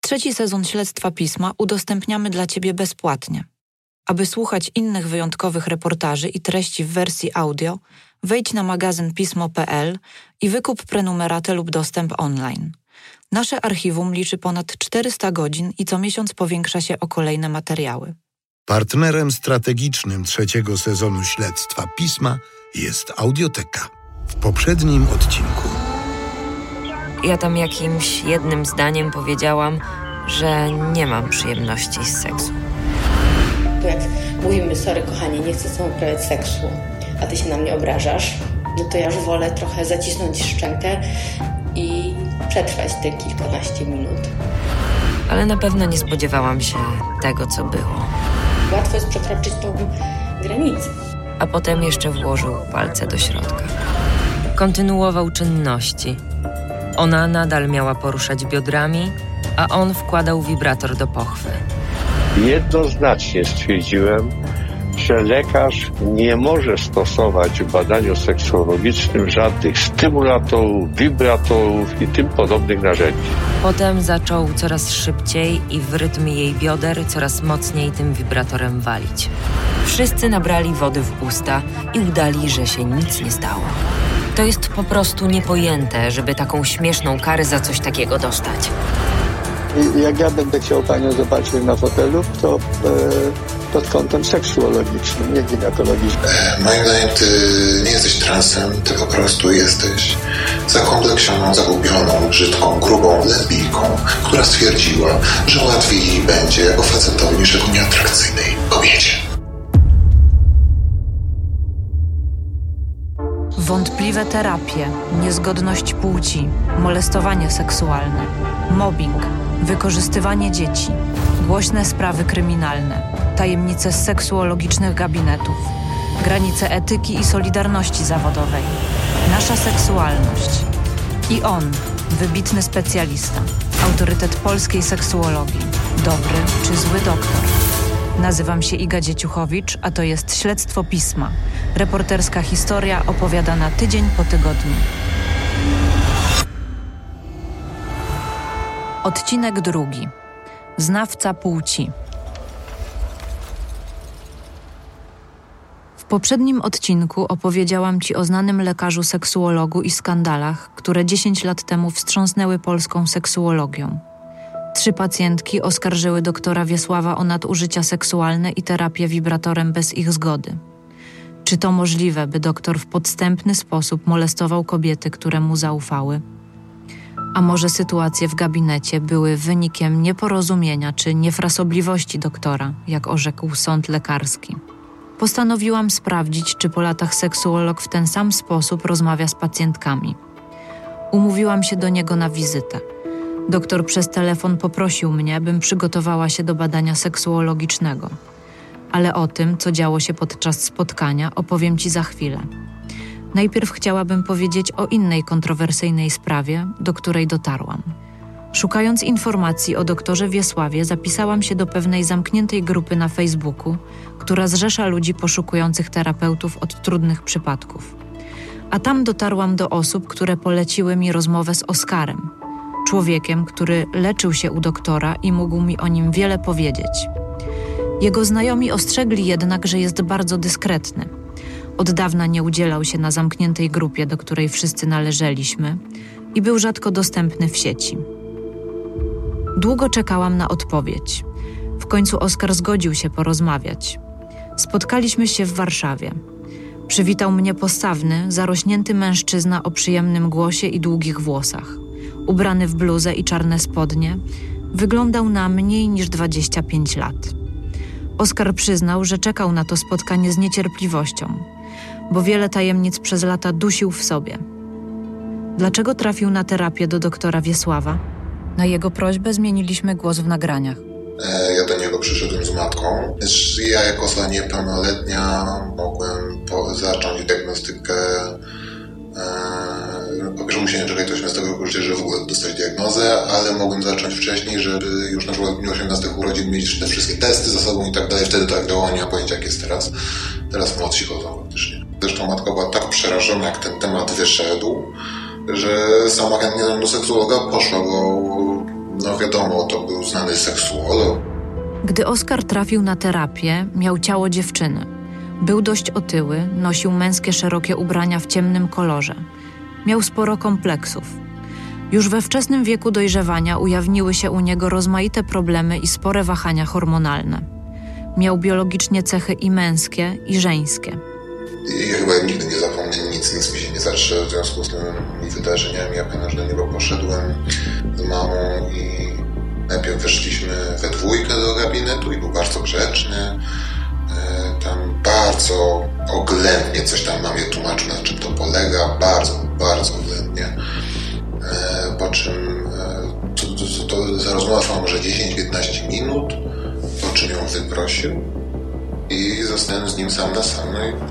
3. sezon Śledztwa Pisma udostępniamy dla Ciebie bezpłatnie. Aby słuchać innych wyjątkowych reportaży i treści w wersji audio, wejdź na magazyn pismo.pl i wykup prenumeratę lub dostęp online. Nasze archiwum liczy ponad 400 godzin i co miesiąc powiększa się o kolejne materiały. Partnerem strategicznym 3. sezonu Śledztwa Pisma jest Audioteka. W poprzednim odcinku. Ja tam jakimś jednym zdaniem powiedziałam, że nie mam przyjemności z seksu. Jak mówimy, sorry kochanie, nie chcę z tobą uprawiać seksu, a ty się na mnie obrażasz, no to ja już wolę trochę zacisnąć szczękę i przetrwać te kilkanaście minut. Ale na pewno nie spodziewałam się tego, co było. Łatwo jest przekroczyć tą granicę. A potem jeszcze włożył palce do środka. Kontynuował czynności. Ona nadal miała poruszać biodrami, a on wkładał wibrator do pochwy. Jednoznacznie stwierdziłem, że lekarz nie może stosować w badaniu seksuologicznym żadnych stymulatorów, wibratorów i tym podobnych narzędzi. Potem zaczął coraz szybciej i w rytm jej bioder coraz mocniej tym wibratorem walić. Wszyscy nabrali wody w usta i udali, że się nic nie stało. To jest po prostu niepojęte, żeby taką śmieszną karę za coś takiego dostać. Jak ja będę chciał panią zobaczyć na fotelu, to pod kątem seksuologicznym, nie ginekologicznym. Moim zdaniem ty nie jesteś transem, ty po prostu jesteś zakompleksioną, zagubioną, brzydką, grubą lesbijką, która stwierdziła, że łatwiej jej będzie jako facetowi niż jako nieatrakcyjnej kobiecie. Wątpliwe terapie, niezgodność płci, molestowanie seksualne, mobbing, wykorzystywanie dzieci, głośne sprawy kryminalne, tajemnice z seksuologicznych gabinetów, granice etyki i solidarności zawodowej, nasza seksualność. I on, wybitny specjalista, autorytet polskiej seksuologii, dobry czy zły doktor. Nazywam się Iga Dzieciuchowicz, a to jest Śledztwo Pisma. Reporterska historia opowiadana tydzień po tygodniu. Odcinek 2. Znawca płci. W poprzednim odcinku opowiedziałam Ci o znanym lekarzu seksuologu i skandalach, które 10 lat temu wstrząsnęły polską seksuologią. 3 pacjentki oskarżyły doktora Wiesława o nadużycia seksualne i terapię wibratorem bez ich zgody. Czy to możliwe, by doktor w podstępny sposób molestował kobiety, które mu zaufały? A może sytuacje w gabinecie były wynikiem nieporozumienia czy niefrasobliwości doktora, jak orzekł sąd lekarski? Postanowiłam sprawdzić, czy po latach seksuolog w ten sam sposób rozmawia z pacjentkami. Umówiłam się do niego na wizytę. Doktor przez telefon poprosił mnie, bym przygotowała się do badania seksuologicznego. Ale o tym, co działo się podczas spotkania, opowiem Ci za chwilę. Najpierw chciałabym powiedzieć o innej kontrowersyjnej sprawie, do której dotarłam. Szukając informacji o doktorze Wiesławie, zapisałam się do pewnej zamkniętej grupy na Facebooku, która zrzesza ludzi poszukujących terapeutów od trudnych przypadków. A tam dotarłam do osób, które poleciły mi rozmowę z Oskarem, człowiekiem, który leczył się u doktora i mógł mi o nim wiele powiedzieć. Jego znajomi ostrzegli jednak, że jest bardzo dyskretny. Od dawna nie udzielał się na zamkniętej grupie, do której wszyscy należeliśmy i był rzadko dostępny w sieci. Długo czekałam na odpowiedź. W końcu Oskar zgodził się porozmawiać. Spotkaliśmy się w Warszawie. Przywitał mnie postawny, zarośnięty mężczyzna o przyjemnym głosie i długich włosach. Ubrany w bluzę i czarne spodnie, wyglądał na mniej niż 25 lat. Oskar przyznał, że czekał na to spotkanie z niecierpliwością, bo wiele tajemnic przez lata dusił w sobie. Dlaczego trafił na terapię do doktora Wiesława? Na jego prośbę zmieniliśmy głos w nagraniach. Ja do niego przyszedłem z matką. Ja jako osoba niepełnoletnia mogłem zacząć diagnostykę. Po pierwsze musiałem czekać do 18 roku życia, żeby w ogóle dostać diagnozę, ale mogłem zacząć wcześniej, żeby już na przykład w dniu 18 urodzin mieć te wszystkie testy za sobą i tak dalej. Wtedy tak działało, nie ma pojęcia jak jest teraz. Teraz młodsi chodzą faktycznie. Zresztą matka była tak przerażona, jak ten temat wyszedł, że sama chętnie do seksuologa poszła, bo no wiadomo, to był znany seksuolog. Gdy Oskar trafił na terapię, miał ciało dziewczyny. Był dość otyły, nosił męskie szerokie ubrania w ciemnym kolorze. Miał sporo kompleksów. Już we wczesnym wieku dojrzewania ujawniły się u niego rozmaite problemy i spore wahania hormonalne. Miał biologicznie cechy i męskie, i żeńskie. Ja chyba nigdy nie zapomnę, nic mi się nie zatrze w związku z tymi wydarzeniami. Ja pamiętam, że do niego poszedłem z mamą i najpierw weszliśmy we dwójkę do gabinetu i był bardzo grzeczny. Tam bardzo oględnie coś tam mamie tłumaczył, na czym to polega. Bardzo oględnie. Po czym ta rozmowa trwała może 10-15 minut, po czym ją wyprosił i zostałem z nim sam na sam.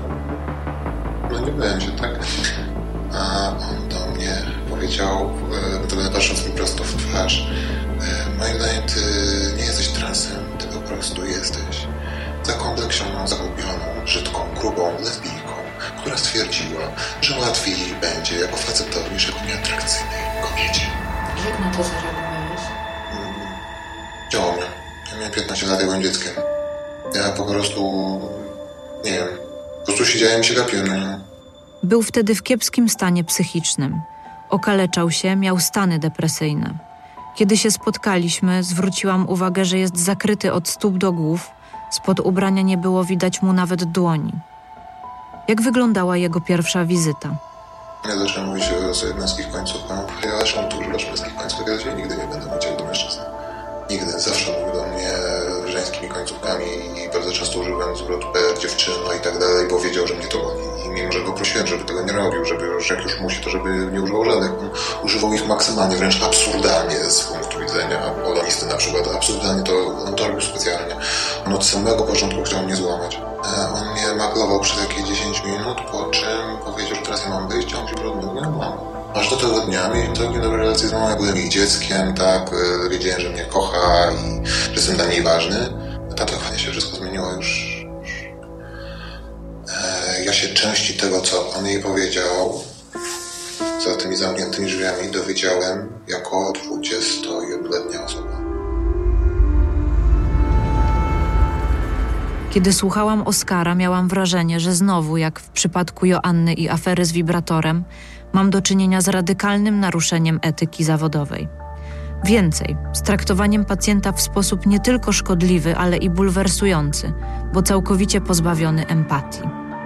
No nie byłem się, tak? A on do mnie powiedział, patrząc mi prosto w twarz, moim zdaniem ty nie jesteś transem, ty po prostu jesteś zakompleksioną, zagubioną, brzydką, grubą lesbijką, która stwierdziła, że łatwiej jej będzie jako facetowi niż jako nieatrakcyjnej kobiecie. Jak na to zareagowałeś? Działo mnie. Ja miałem 15 lat, ja byłem dzieckiem. Ja po prostu, nie wiem, po prostu siedziałem i się gapiłem na nią. Był wtedy w kiepskim stanie psychicznym. Okaleczał się, miał stany depresyjne. Kiedy się spotkaliśmy, zwróciłam uwagę, że jest zakryty od stóp do głów, spod ubrania nie było widać mu nawet dłoni. Jak wyglądała jego pierwsza wizyta? Ja zacząłem mówić o sobie męskich końcówkach. Ja zresztą dużo męskich końcówek, ja nigdy nie będę mówić jak do mężczyzn. Nigdy. Zawsze mówił do mnie żeńskimi końcówkami i bardzo często używałem zwrotu dziewczyno i tak dalej, bo wiedział, że mnie to boli. I mimo, że go prosiłem, żeby tego nie robił, żeby już jak już musi, to żeby nie używał żadnych. On używał ich maksymalnie, wręcz absurdalnie z punktu widzenia polonisty na przykład. Absurdalnie on to robił specjalnie. On od samego początku chciał mnie złamać. On mnie maklował przez jakieś 10 minut, po czym powiedział, że teraz ja mam wyjść, a on się odmówił, ja mam. Aż do tego dnia miałem całkiem dobre relacje z mamą, ja byłem jej dzieckiem, tak, wiedziałem, że mnie kocha i że jestem dla niej ważny. Tatowanie się wszystko zmieniło już. Ja się części tego, co on jej powiedział, za tymi zamkniętymi drzwiami dowiedziałem jako 21-letnia osoba. Kiedy słuchałam Oskara, miałam wrażenie, że znowu, jak w przypadku Joanny i afery z wibratorem, mam do czynienia z radykalnym naruszeniem etyki zawodowej. Więcej, z traktowaniem pacjenta w sposób nie tylko szkodliwy, ale i bulwersujący, bo całkowicie pozbawiony empatii.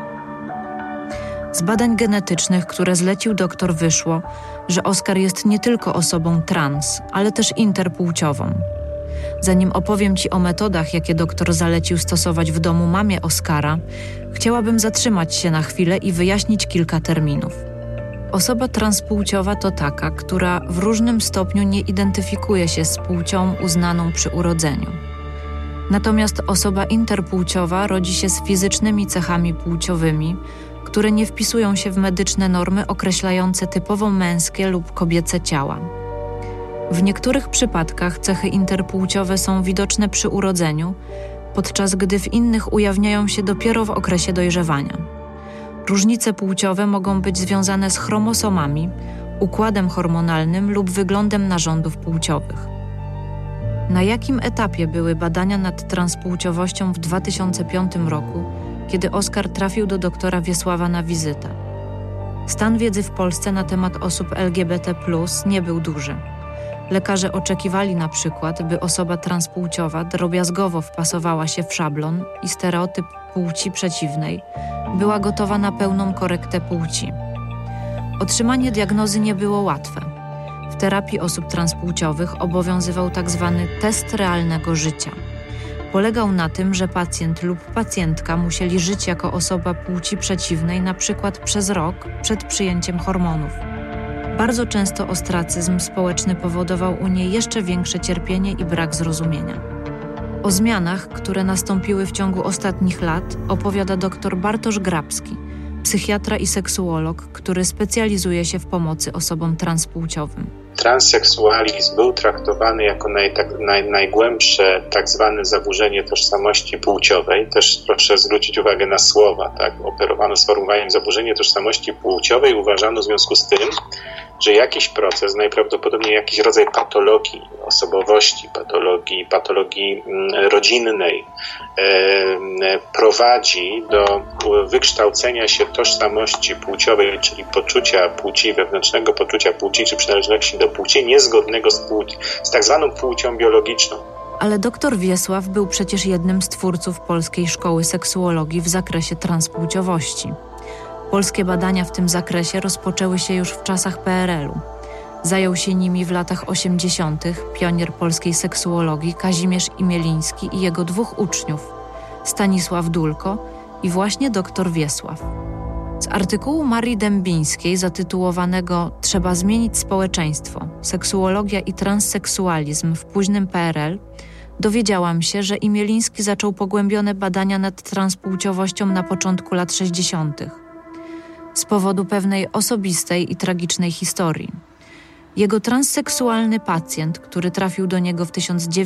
Z badań genetycznych, które zlecił doktor, wyszło, że Oskar jest nie tylko osobą trans, ale też interpłciową. Zanim opowiem Ci o metodach, jakie doktor zalecił stosować w domu mamie Oskara, chciałabym zatrzymać się na chwilę i wyjaśnić kilka terminów. Osoba transpłciowa to taka, która w różnym stopniu nie identyfikuje się z płcią uznaną przy urodzeniu. Natomiast osoba interpłciowa rodzi się z fizycznymi cechami płciowymi, które nie wpisują się w medyczne normy określające typowo męskie lub kobiece ciała. W niektórych przypadkach cechy interpłciowe są widoczne przy urodzeniu, podczas gdy w innych ujawniają się dopiero w okresie dojrzewania. Różnice płciowe mogą być związane z chromosomami, układem hormonalnym lub wyglądem narządów płciowych. Na jakim etapie były badania nad transpłciowością w 2005 roku, kiedy Oskar trafił do doktora Wiesława na wizytę? Stan wiedzy w Polsce na temat osób LGBT+ nie był duży. Lekarze oczekiwali na przykład, by osoba transpłciowa drobiazgowo wpasowała się w szablon i stereotyp płci przeciwnej, była gotowa na pełną korektę płci. Otrzymanie diagnozy nie było łatwe. W terapii osób transpłciowych obowiązywał tzw. test realnego życia. Polegał na tym, że pacjent lub pacjentka musieli żyć jako osoba płci przeciwnej na przykład przez rok przed przyjęciem hormonów. Bardzo często ostracyzm społeczny powodował u niej jeszcze większe cierpienie i brak zrozumienia. O zmianach, które nastąpiły w ciągu ostatnich lat, opowiada dr Bartosz Grabski, psychiatra i seksuolog, który specjalizuje się w pomocy osobom transpłciowym. Transseksualizm był traktowany jako najgłębsze tak zwane zaburzenie tożsamości płciowej. Też proszę zwrócić uwagę na słowa, tak? Operowano sformułowaniem zaburzenie tożsamości płciowej. Uważano w związku z tym, że jakiś proces, najprawdopodobniej jakiś rodzaj patologii osobowości, patologii rodzinnej prowadzi do wykształcenia się tożsamości płciowej, czyli poczucia płci, wewnętrznego poczucia płci czy przynależności do płci niezgodnego z tak zwaną płcią biologiczną. Ale dr Wiesław był przecież jednym z twórców Polskiej Szkoły Seksuologii w zakresie transpłciowości. Polskie badania w tym zakresie rozpoczęły się już w czasach PRL-u. Zajął się nimi w latach 80. pionier polskiej seksuologii Kazimierz Imieliński i jego 2 uczniów, Stanisław Dulko i właśnie dr Wiesław. Z artykułu Marii Dębińskiej zatytułowanego „Trzeba zmienić społeczeństwo. Seksuologia i transseksualizm w późnym PRL” dowiedziałam się, że Imieliński zaczął pogłębione badania nad transpłciowością na początku lat 60. z powodu pewnej osobistej i tragicznej historii. Jego transseksualny pacjent, który trafił do niego w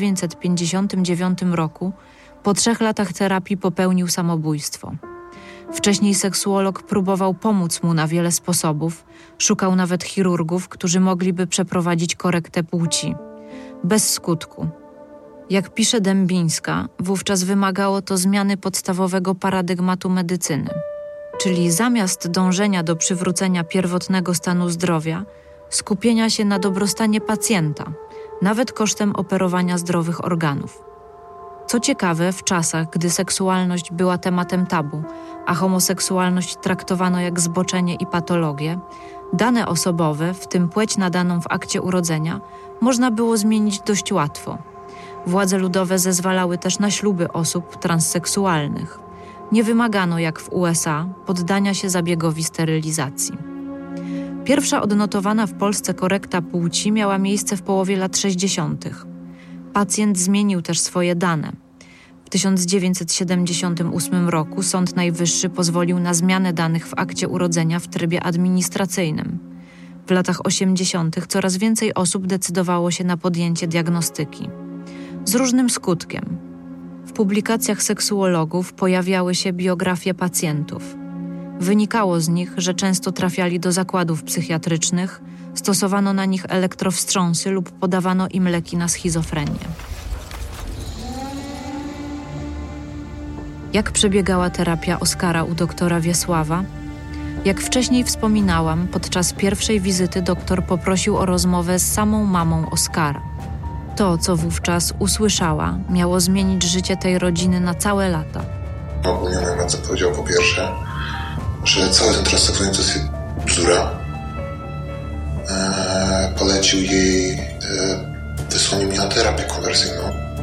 1959 roku, po 3 latach terapii popełnił samobójstwo. Wcześniej seksuolog próbował pomóc mu na wiele sposobów, szukał nawet chirurgów, którzy mogliby przeprowadzić korektę płci. Bez skutku. Jak pisze Dębińska, wówczas wymagało to zmiany podstawowego paradygmatu medycyny. Czyli zamiast dążenia do przywrócenia pierwotnego stanu zdrowia, skupienia się na dobrostanie pacjenta, nawet kosztem operowania zdrowych organów. Co ciekawe, w czasach, gdy seksualność była tematem tabu, a homoseksualność traktowano jak zboczenie i patologię, dane osobowe, w tym płeć nadaną w akcie urodzenia, można było zmienić dość łatwo. Władze ludowe zezwalały też na śluby osób transseksualnych. Nie wymagano, jak w USA, poddania się zabiegowi sterylizacji. Pierwsza odnotowana w Polsce korekta płci miała miejsce w połowie lat 60. Pacjent zmienił też swoje dane. W 1978 roku Sąd Najwyższy pozwolił na zmianę danych w akcie urodzenia w trybie administracyjnym. W latach 80. coraz więcej osób decydowało się na podjęcie diagnostyki. Z różnym skutkiem. W publikacjach seksuologów pojawiały się biografie pacjentów. Wynikało z nich, że często trafiali do zakładów psychiatrycznych, stosowano na nich elektrowstrząsy lub podawano im leki na schizofrenię. Jak przebiegała terapia Oskara u doktora Wiesława? Jak wcześniej wspominałam, podczas pierwszej wizyty doktor poprosił o rozmowę z samą mamą Oskara. To, co wówczas usłyszała, miało zmienić życie tej rodziny na całe lata. Ogólnie moja matka powiedział po pierwsze, że cały ten transseksualizm to jest bzdura. Polecił jej wysłanie mnie na terapię konwersyjną.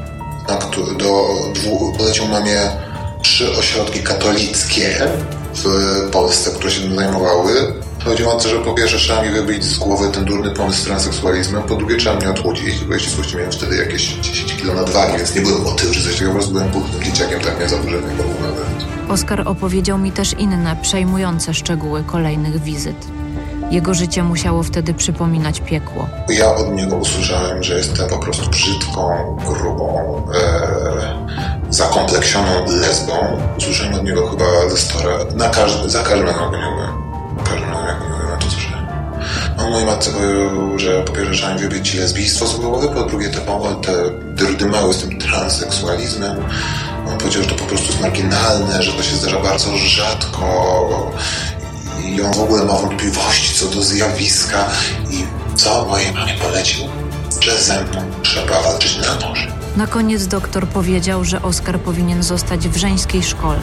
Polecił mamie 3 ośrodki katolickie w Polsce, które się tym zajmowały. Powiedział matce, że po pierwsze trzeba mi wybić z głowy ten durny pomysł z transseksualizmem, po drugie trzeba mnie odchudzić, bo ścisłości miałem wtedy jakieś 10 kg nadwagi, więc nie byłem otyły czy coś takiego, po prostu byłem pulchnym dzieciakiem, tak miałem zaburzenie hormonalne. Oskar opowiedział mi też inne, przejmujące szczegóły kolejnych wizyt. Jego życie musiało wtedy przypominać piekło. Ja od niego usłyszałem, że jestem po prostu brzydką, grubą, zakompleksioną lesbą. Usłyszałem od niego chyba ze 100 za każdym razem jak go nie byłem. Na to słyszałem. On mojej matce powiedział, że po pierwsze trzeba mi wybić lesbijstwo z głowy, po drugie te drdymały z tym transseksualizmem. On powiedział, że to po prostu jest marginalne, że to się zdarza bardzo rzadko i on w ogóle ma wątpliwości co do zjawiska i co mojej mamie polecił, że ze mną trzeba walczyć na noże. Na koniec doktor powiedział, że Oskar powinien zostać w żeńskiej szkole.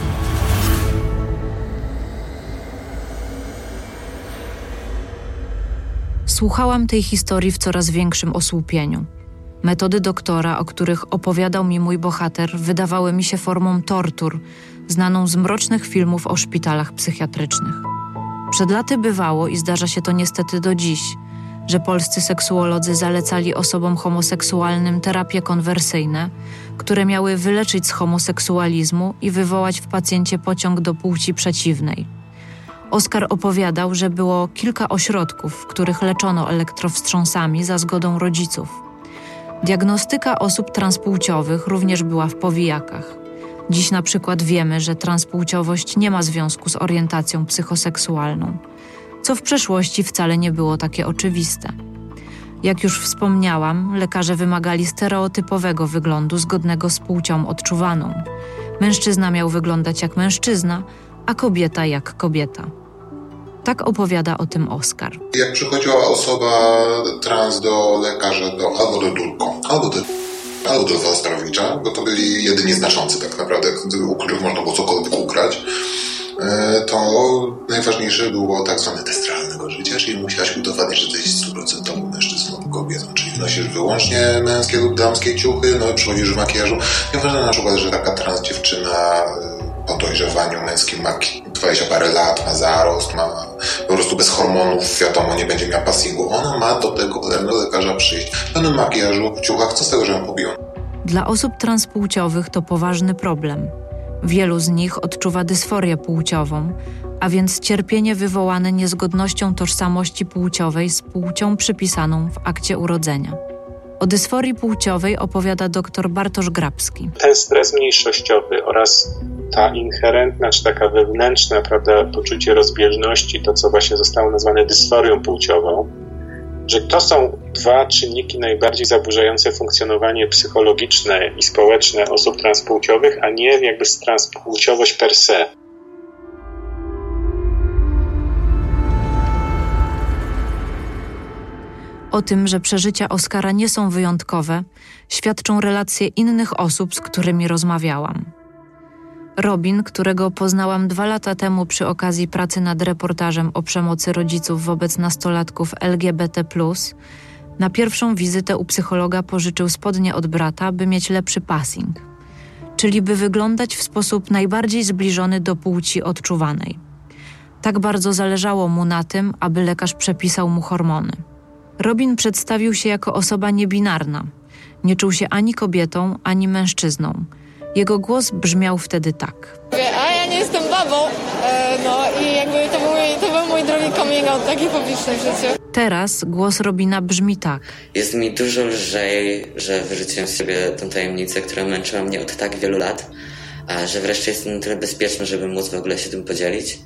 Słuchałam tej historii w coraz większym osłupieniu. Metody doktora, o których opowiadał mi mój bohater, wydawały mi się formą tortur, znaną z mrocznych filmów o szpitalach psychiatrycznych. Przed laty bywało, i zdarza się to niestety do dziś, że polscy seksuolodzy zalecali osobom homoseksualnym terapie konwersyjne, które miały wyleczyć z homoseksualizmu i wywołać w pacjencie pociąg do płci przeciwnej. Oskar opowiadał, że było kilka ośrodków, w których leczono elektrowstrząsami za zgodą rodziców. Diagnostyka osób transpłciowych również była w powijakach. Dziś na przykład wiemy, że transpłciowość nie ma związku z orientacją psychoseksualną. co w przeszłości wcale nie było takie oczywiste. Jak już wspomniałam, lekarze wymagali stereotypowego wyglądu zgodnego z płcią odczuwaną. Mężczyzna miał wyglądać jak mężczyzna, a kobieta jak kobieta. Tak opowiada o tym Oskar. Jak przychodziła osoba trans do lekarza, albo do Dulko, albo do Zaostrowicza, bo to byli jedynie znaczący tak naprawdę, u których można było cokolwiek ukrać, to najważniejsze było tak zwane test realnego życia, czyli musiałaś udowodnić, że jesteś 100% mężczyzną lub kobietą, czyli nosisz wyłącznie męskie lub damskie ciuchy, no i przychodzisz w makijażu. Nieważne na przykład, że taka trans dziewczyna po dojrzewaniu męskim ma 20 parę lat, ma zarost, ma po prostu bez hormonów, wiadomo, nie będzie miała passingu. Ona ma do tego cholernego lekarza przyjść w pełnym makijażu, w ciuchach, co z tego, że ją pobiją? Dla osób transpłciowych to poważny problem. Wielu z nich odczuwa dysforię płciową, a więc cierpienie wywołane niezgodnością tożsamości płciowej z płcią przypisaną w akcie urodzenia. O dysforii płciowej opowiada dr Bartosz Grabski. Ten stres mniejszościowy oraz ta inherentna, czy taka wewnętrzna, prawda, poczucie rozbieżności, to co właśnie zostało nazwane dysforią płciową, że to są dwa czynniki najbardziej zaburzające funkcjonowanie psychologiczne i społeczne osób transpłciowych, a nie jakby transpłciowość per se. O tym, że przeżycia Oskara nie są wyjątkowe, świadczą relacje innych osób, z którymi rozmawiałam. Robin, którego poznałam 2 lata temu przy okazji pracy nad reportażem o przemocy rodziców wobec nastolatków LGBT+, na pierwszą wizytę u psychologa pożyczył spodnie od brata, by mieć lepszy passing, czyli by wyglądać w sposób najbardziej zbliżony do płci odczuwanej. Tak bardzo zależało mu na tym, aby lekarz przepisał mu hormony. Robin przedstawił się jako osoba niebinarna. Nie czuł się ani kobietą, ani mężczyzną. Jego głos brzmiał wtedy tak. A ja nie jestem babą, i jakby to był mój drugi coming out taki publiczny w życiu. Teraz głos Robina brzmi tak. Jest mi dużo lżej, że wyrzuciłem z siebie tę tajemnicę, która męczyła mnie od tak wielu lat, że wreszcie jestem na tyle bezpieczny, żeby móc w ogóle się tym podzielić.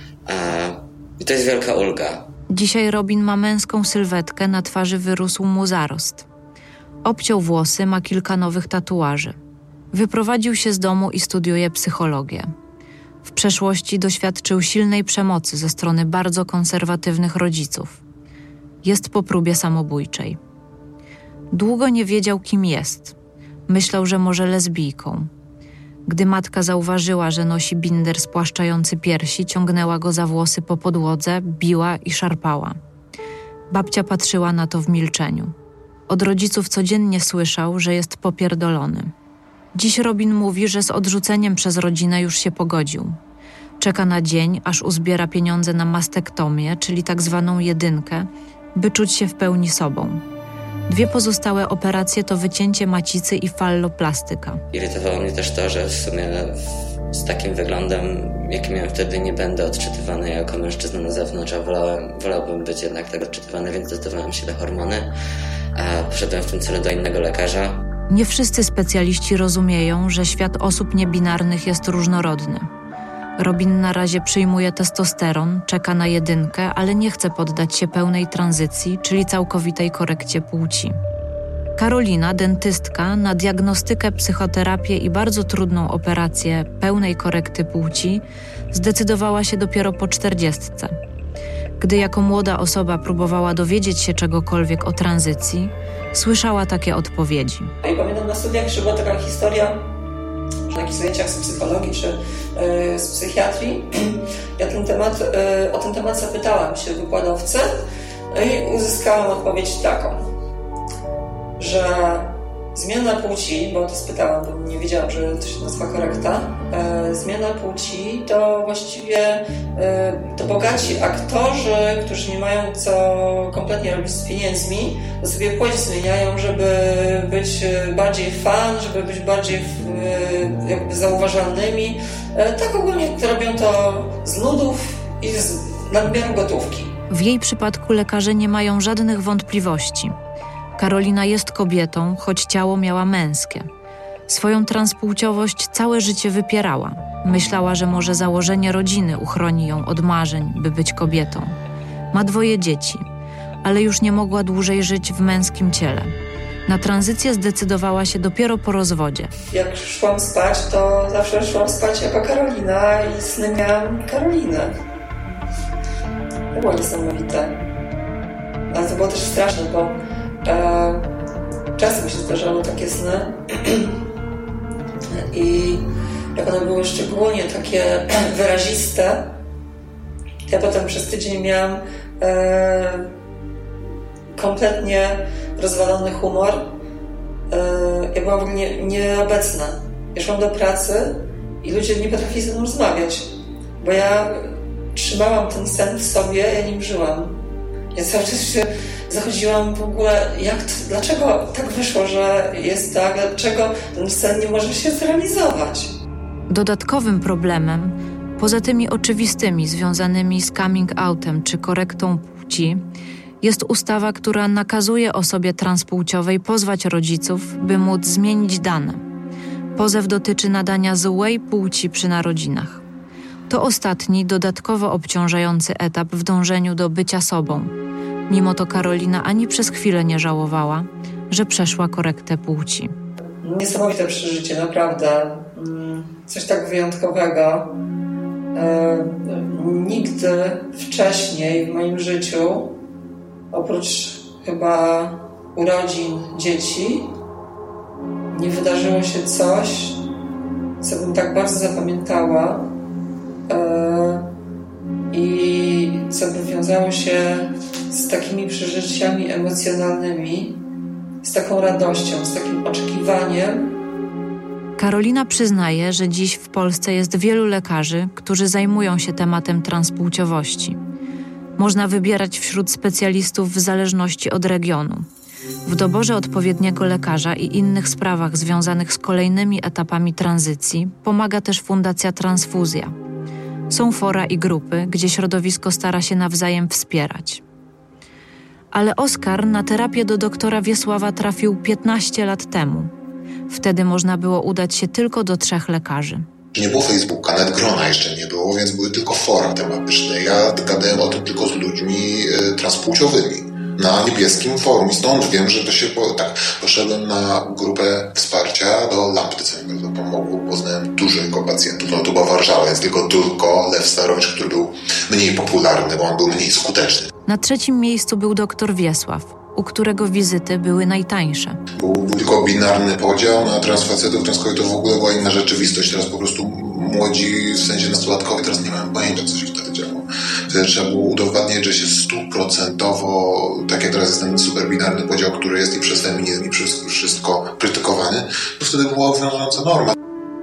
I to jest wielka ulga. Dzisiaj Robin ma męską sylwetkę, na twarzy wyrósł mu zarost. Obciął włosy, ma kilka nowych tatuaży. Wyprowadził się z domu i studiuje psychologię. W przeszłości doświadczył silnej przemocy ze strony bardzo konserwatywnych rodziców. Jest po próbie samobójczej. Długo nie wiedział, kim jest. Myślał, że może lesbijką. Gdy matka zauważyła, że nosi binder spłaszczający piersi, ciągnęła go za włosy po podłodze, biła i szarpała. Babcia patrzyła na to w milczeniu. Od rodziców codziennie słyszał, że jest popierdolony. Dziś Robin mówi, że z odrzuceniem przez rodzinę już się pogodził. Czeka na dzień, aż uzbiera pieniądze na mastektomię, czyli tak zwaną jedynkę, by czuć się w pełni sobą. 2 pozostałe operacje to wycięcie macicy i falloplastyka. Irytowało mnie też to, że w sumie z takim wyglądem, jaki miałem wtedy, nie będę odczytywany jako mężczyzna na zewnątrz, a wolałbym być jednak tak odczytywany, więc zdecydowałem się na hormony, a poszedłem w tym celu do innego lekarza. Nie wszyscy specjaliści rozumieją, że świat osób niebinarnych jest różnorodny. Robin na razie przyjmuje testosteron, czeka na jedynkę, ale nie chce poddać się pełnej tranzycji, czyli całkowitej korekcie płci. Karolina, dentystka, na diagnostykę, psychoterapię i bardzo trudną operację pełnej korekty płci zdecydowała się dopiero po 40. Gdy jako młoda osoba próbowała dowiedzieć się czegokolwiek o tranzycji, słyszała takie odpowiedzi. I pamiętam na studiach, że była taka historia, że na jakichś zajęciach z psychologii czy z psychiatrii, ja o ten temat zapytałam się wykładowcy i uzyskałam odpowiedź taką, że zmiana płci, bo to spytałam, bo nie wiedziałam, że to się nazywa korekta, zmiana płci to właściwie to bogaci aktorzy, którzy nie mają co kompletnie robić z pieniędzmi, to sobie płeć zmieniają, żeby być bardziej fan, żeby być bardziej jakby zauważalnymi. Tak ogólnie robią to z nudów i z nadmiaru gotówki. W jej przypadku lekarze nie mają żadnych wątpliwości. Karolina jest kobietą, choć ciało miała męskie. Swoją transpłciowość całe życie wypierała. Myślała, że może założenie rodziny uchroni ją od marzeń, by być kobietą. Ma 2 dzieci, ale już nie mogła dłużej żyć w męskim ciele. Na tranzycję zdecydowała się dopiero po rozwodzie. Jak szłam spać, to zawsze szłam spać jako Karolina i sny miałam Karolinę. To było niesamowite. Ale to było też straszne, bo czasem się zdarzały takie sny i jak one były szczególnie takie wyraziste, ja potem przez tydzień miałam kompletnie rozwalony humor. Ja byłam w ogóle nieobecna. Ja szłam do pracy i ludzie nie potrafili ze mną rozmawiać, bo ja trzymałam ten sen w sobie, ja nim żyłam. Ja cały czas się zachodziłam w ogóle, dlaczego tak wyszło, że jest tak, dlaczego ten sen nie może się zrealizować. Dodatkowym problemem, poza tymi oczywistymi związanymi z coming outem czy korektą płci, jest ustawa, która nakazuje osobie transpłciowej pozwać rodziców, by móc zmienić dane. Pozew dotyczy nadania złej płci przy narodzinach. To ostatni, dodatkowo obciążający etap w dążeniu do bycia sobą. Mimo to Karolina ani przez chwilę nie żałowała, że przeszła korektę płci. Niesamowite przeżycie, naprawdę. Coś tak wyjątkowego. Nigdy wcześniej w moim życiu, oprócz chyba urodzin dzieci, nie wydarzyło się coś, co bym tak bardzo zapamiętała i co by wiązało się z takimi przeżyciami emocjonalnymi, z taką radością, z takim oczekiwaniem. Karolina przyznaje, że dziś w Polsce jest wielu lekarzy, którzy zajmują się tematem transpłciowości. Można wybierać wśród specjalistów w zależności od regionu. W doborze odpowiedniego lekarza i innych sprawach związanych z kolejnymi etapami tranzycji pomaga też Fundacja Transfuzja. Są fora i grupy, gdzie środowisko stara się nawzajem wspierać. Ale Oskar na terapię do doktora Wiesława trafił 15 lat temu. Wtedy można było udać się tylko do 3 lekarzy. Nie było Facebooka, nawet grona jeszcze nie było, więc były tylko fora tematyczne. Ja gadałem o tym tylko z ludźmi transpłciowymi na niebieskim forum i stąd wiem, że to się poszedłem na grupę wsparcia do Lampy, co mi bardzo pomogło. Poznałem dużego pacjentów, no to była Warszawa, więc tylko Lew Starowicz, który był mniej popularny, bo on był mniej skuteczny. Na 3. miejscu był dr Wiesław, u którego wizyty były najtańsze. Był tylko binarny podział na transfacetów, transkobietów, w ogóle była inna rzeczywistość. Teraz po prostu młodzi, w sensie nastolatkowie, teraz nie mają pojęcia, co się wtedy działo. Wtedy trzeba było udowadniać, że się 100%, tak jak teraz jest ten super binarny podział, który jest i przez feminizm, i przez wszystko krytykowany, to wtedy była obowiązująca norma.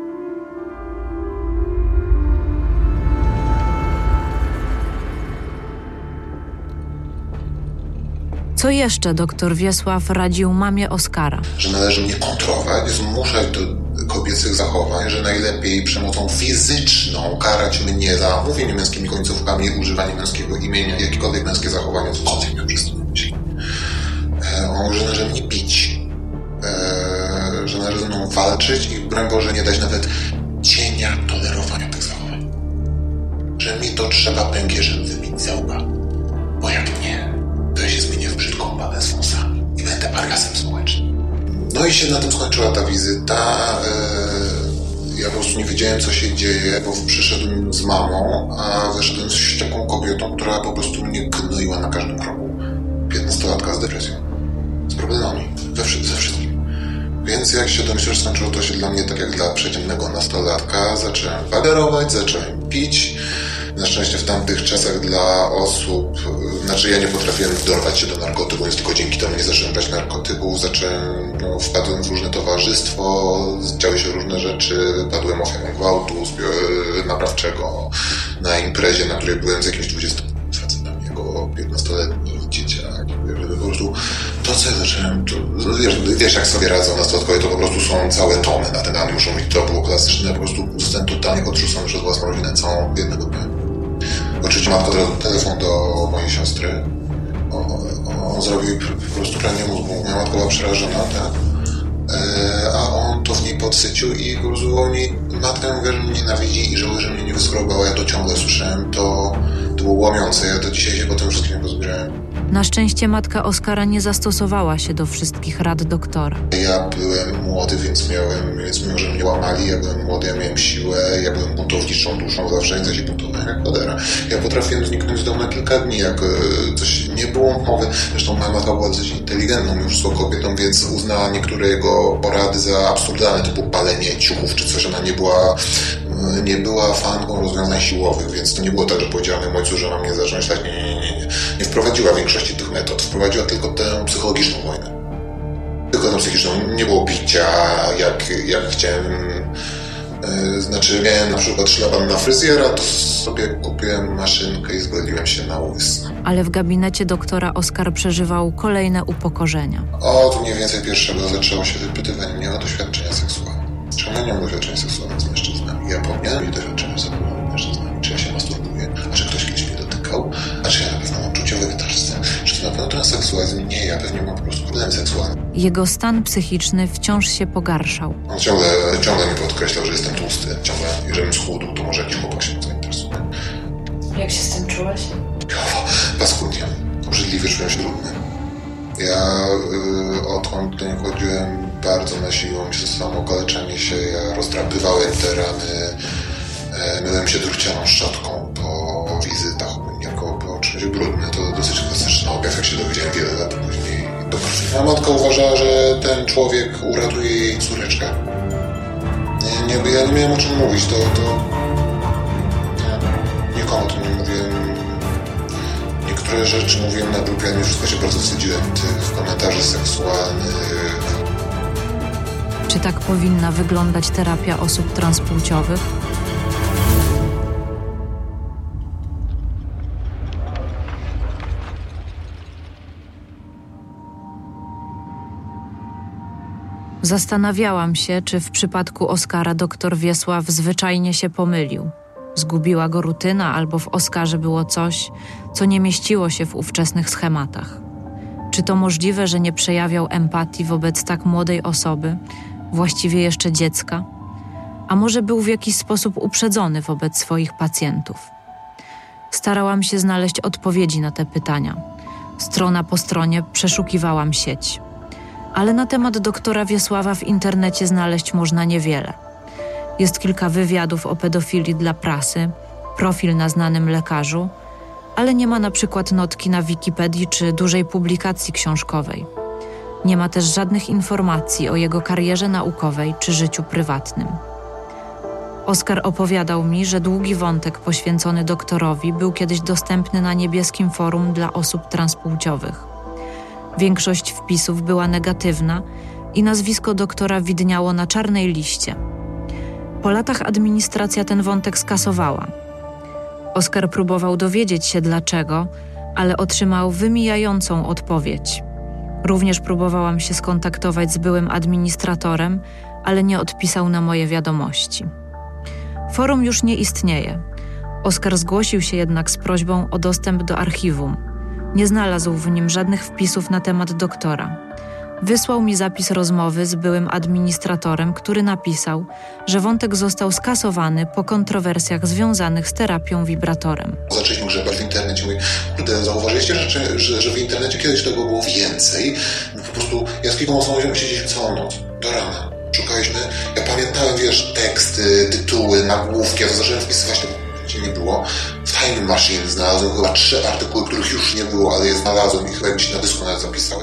Co jeszcze dr Wiesław radził mamie Oskara? Że należy mnie kontrolować, zmuszać do kobiecych zachowań, że najlepiej przemocą fizyczną karać mnie za mówienie męskimi końcówkami, używanie męskiego imienia, jakiekolwiek męskie zachowanie, cokolwiek miał przez to na myśli. Że należy mnie bić, że należy ze mną walczyć i broń Boże nie dać nawet cienia tolerowania tych zachowań. Że mi to trzeba pękierzem wybić z łba, bo jak nie, to ja się zmienię w brzydką babę z wąsami i będę pariasem społecznym. No i się na tym skończyła ta wizyta. Ja po prostu nie wiedziałem, co się dzieje, bo przyszedłem z mamą, a wyszedłem z wściekłą kobietą, która po prostu mnie gnoiła na każdym kroku. 15-latka z depresją, z problemami, ze wszystkim. Więc jak się domyślę, że skończyło to się dla mnie tak jak dla przeciętnego nastolatka, zacząłem wagerować, zacząłem pić. Na szczęście w tamtych czasach dla osób, ja nie potrafiłem dorwać się do narkotyku, więc tylko dzięki temu nie zacząłem brać narkotyków, wpadłem w różne towarzystwo, działy się różne rzeczy, padłem ofiarą gwałtu naprawczego na imprezie, na której byłem z jakimś 20 facetami, jako 15-letni dzieciak. Po prostu to, co ja zacząłem, wiesz jak sobie radzą nastolatkowie, to po prostu są całe tomy na ten ani muszą mieć, to było klasyczne, po prostu zostałem totalnie odrzucony przez własną rodzinę całą jednego dnia. Oczywiście matka dała telefon do mojej siostry. On zrobił po prostu pranie mózgu. Moja matka była przerażona, tak? A on to w niej podsycił i po prostu matka mówi, że mnie nienawidzi i żałuje, że mnie nie wyschorowała. Ja to ciągle słyszałem. To było łamiące. Ja do dzisiaj się po tym wszystkim pozbierałem. Na szczęście matka Oskara nie zastosowała się do wszystkich rad doktora. Ja byłem młody, więc mimo że mnie łamali, ja byłem młody, ja miałem siłę, ja byłem buntowniczą duszą, zawsze jak się buntowałem jak cholera. Ja potrafiłem zniknąć z domu na kilka dni, jak coś nie było mowy. Zresztą moja matka była dosyć inteligentną już kobietą, więc uznała niektóre jego porady za absurdalne, typu palenie ciuchów czy coś. Ona nie była fanką rozwiązań siłowych, więc to nie było tak, że powiedziała mojemu ojcu, że mam nie zacząć tak. Nie wprowadziła większości tych metod, wprowadziła tylko tę psychologiczną wojnę. Tylko tę psychiczną. Nie było bicia, jak chciałem. Miałem na przykład szlaban na fryzjera, to sobie kupiłem maszynkę i zgodziłem się na łyso. Ale w gabinecie doktora Oskar przeżywał kolejne upokorzenia. Od mniej więcej pierwszego zaczęło się wypytywanie mnie o doświadczenia seksualne. Czemu ja nie mam doświadczenia seksualnych z mężczyznami? Ja powinienem mieć doświadczenia seksualne z mężczyznami. Czy ja się masturbuję? A czy ktoś kiedyś mnie dotykał? A czy ja na pewno mam uczucia wegetarscy? Czy to na pewno transseksualizm? Nie, ja pewnie mam po prostu problem seksualny. Jego stan psychiczny wciąż się pogarszał. On ciągle mi podkreślał, że jestem tłusty. Ciągle, jeżeli schudł, to może jakiś chłopak się zainteresuje. Jak się z tym czułeś? Paskudnie. Obrzydliwie czułem się brudny. Ja odkąd do niego chodziłem, bardzo nasiło mi się samo kaleczenie się. Ja rozdrapywałem te rany. Myłem się drucianą szczotką po wizytach, jako po czymś brudny. To dosyć klasyczny objaw, jak się dowiedziałem wiele lat później. Moja matka uważała, że ten człowiek uratuje jej córeczkę. Ja nie miałem o czym mówić. Nikomu to nie mówiłem. Niektóre rzeczy mówiłem na grupie, ale wszystko się bardzo wstydziłem tych komentarzy seksualnych. Czy tak powinna wyglądać terapia osób transpłciowych? Zastanawiałam się, czy w przypadku Oskara doktor Wiesław zwyczajnie się pomylił. Zgubiła go rutyna, albo w Oskarze było coś, co nie mieściło się w ówczesnych schematach. Czy to możliwe, że nie przejawiał empatii wobec tak młodej osoby, właściwie jeszcze dziecka? A może był w jakiś sposób uprzedzony wobec swoich pacjentów? Starałam się znaleźć odpowiedzi na te pytania. Strona po stronie przeszukiwałam sieć. Ale na temat doktora Wiesława w internecie znaleźć można niewiele. Jest kilka wywiadów o pedofilii dla prasy, profil na znanym lekarzu, ale nie ma na przykład notki na Wikipedii czy dużej publikacji książkowej. Nie ma też żadnych informacji o jego karierze naukowej czy życiu prywatnym. Oskar opowiadał mi, że długi wątek poświęcony doktorowi był kiedyś dostępny na niebieskim forum dla osób transpłciowych. Większość wpisów była negatywna i nazwisko doktora widniało na czarnej liście. Po latach administracja ten wątek skasowała. Oskar próbował dowiedzieć się dlaczego, ale otrzymał wymijającą odpowiedź. Również próbowałam się skontaktować z byłym administratorem, ale nie odpisał na moje wiadomości. Forum już nie istnieje. Oskar zgłosił się jednak z prośbą o dostęp do archiwum. Nie znalazł w nim żadnych wpisów na temat doktora. Wysłał mi zapis rozmowy z byłym administratorem, który napisał, że wątek został skasowany po kontrowersjach związanych z terapią wibratorem. Zaczęliśmy grzebać w internecie. Mówię, kurde, zauważyliście, że w internecie kiedyś tego było więcej? No po prostu ja z kilkoma osobami siedzieliśmy całą noc, do rana. Szukaliśmy, ja pamiętałem, teksty, tytuły, nagłówki, ja to zacząłem wpisywać, tego nie było. W Time Machine znalazłem chyba 3 artykuły, których już nie było, ale je znalazłem i chyba jakby się na dysku nawet zapisałem.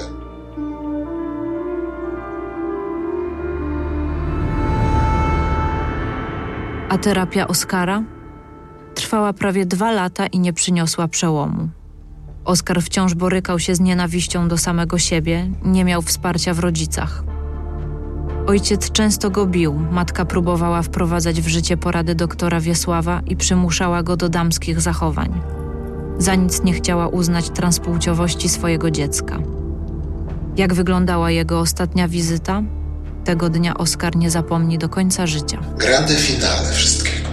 A terapia Oskara? Trwała prawie 2 lata i nie przyniosła przełomu. Oskar wciąż borykał się z nienawiścią do samego siebie, nie miał wsparcia w rodzicach. Ojciec często go bił, matka próbowała wprowadzać w życie porady doktora Wiesława i przymuszała go do damskich zachowań. Za nic nie chciała uznać transpłciowości swojego dziecka. Jak wyglądała jego ostatnia wizyta? Tego dnia Oskar nie zapomni do końca życia. Grande finale wszystkiego.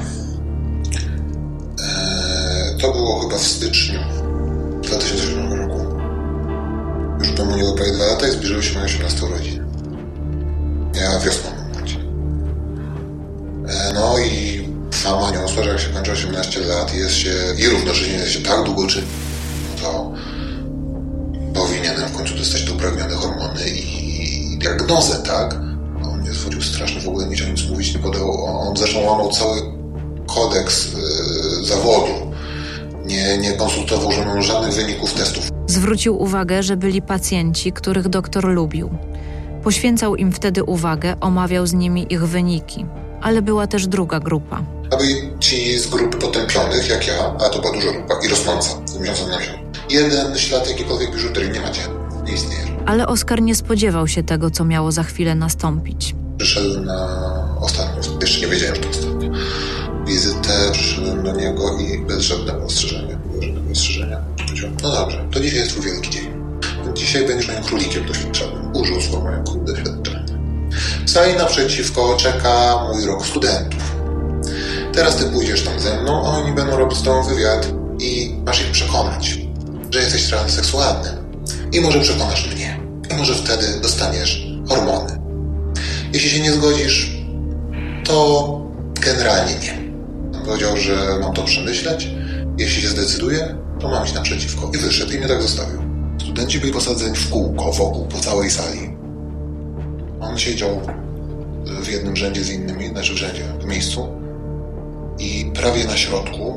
To było chyba w styczniu 2007 roku. Już pominiło prawie 2 lata i zbliżyły się moje 18 urodziny. Ja wiosną mam urodziny. No i Sama niosła, że jak się kończy 18 lat i równocześnie jest się tak długo czyni, to powinienem w końcu dostać te uprawnione hormony i diagnozę, tak? On mnie zwodził strasznie, w ogóle nie chciał nic mówić, nie podał. On zresztą łamał cały kodeks zawodu. Nie konsultował ze mną żadnych wyników testów. Zwrócił uwagę, że byli pacjenci, których doktor lubił. Poświęcał im wtedy uwagę, omawiał z nimi ich wyniki. Ale była też druga grupa. A byli ci z grupy potępionych, jak ja, a to była duża grupa i rosnąca, z miesiąca na miesiąc. Jeden ślad jakiejkolwiek biżuterii nie macie, nie istnieje. Ale Oskar nie spodziewał się tego, co miało za chwilę nastąpić. Przyszedłem na ostatnią, jeszcze nie wiedziałem, że to ostatnia wizytę, przyszedłem do niego i bez żadnego ostrzeżenia. Powiedział, no dobrze, to dzisiaj jest twój wielki dzień. Dzisiaj będziesz moim królikiem doświadczonym. Użył słowa jak król doświadczony. W sali naprzeciwko czeka mój rok studentów. Teraz ty pójdziesz tam ze mną, a oni będą robić z tobą wywiad i masz ich przekonać, że jesteś transseksualny. I może przekonasz mnie. I może wtedy dostaniesz hormony. Jeśli się nie zgodzisz, to generalnie nie. On powiedział, że mam to przemyśleć. Jeśli się zdecyduję, to mam iść naprzeciwko. I wyszedł i mnie tak zostawił. Studenci byli posadzeni w kółko wokół, po całej sali. On siedział w jednym rzędzie z innymi, znaczy w rzędzie, w miejscu. I prawie na środku,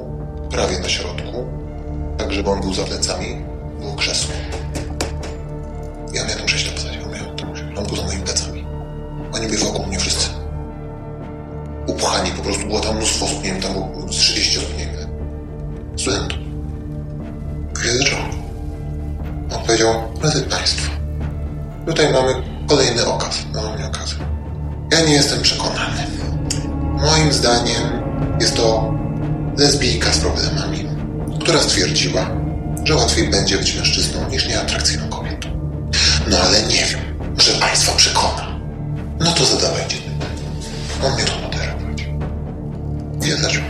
tak żeby on był za plecami, było krzesło. Ja miałem tam 6 lat, on był za moimi plecami. Oni byli wokół mnie wszyscy. Upchani, po prostu było tam mnóstwo osób, nie wiem, tam było 30 osób, nie wiem, studentów. Kiedy zaczął? On powiedział, drodzy Państwo, tutaj mamy kolejny okaz, Ja nie jestem przekonany. Moim zdaniem jest to lesbijka z problemami, która stwierdziła, że łatwiej będzie być mężczyzną niż nieatrakcyjną kobietą. No ale nie wiem, może Państwa przekona. No to zadawajcie. On mnie to moderować. I ja zaczął.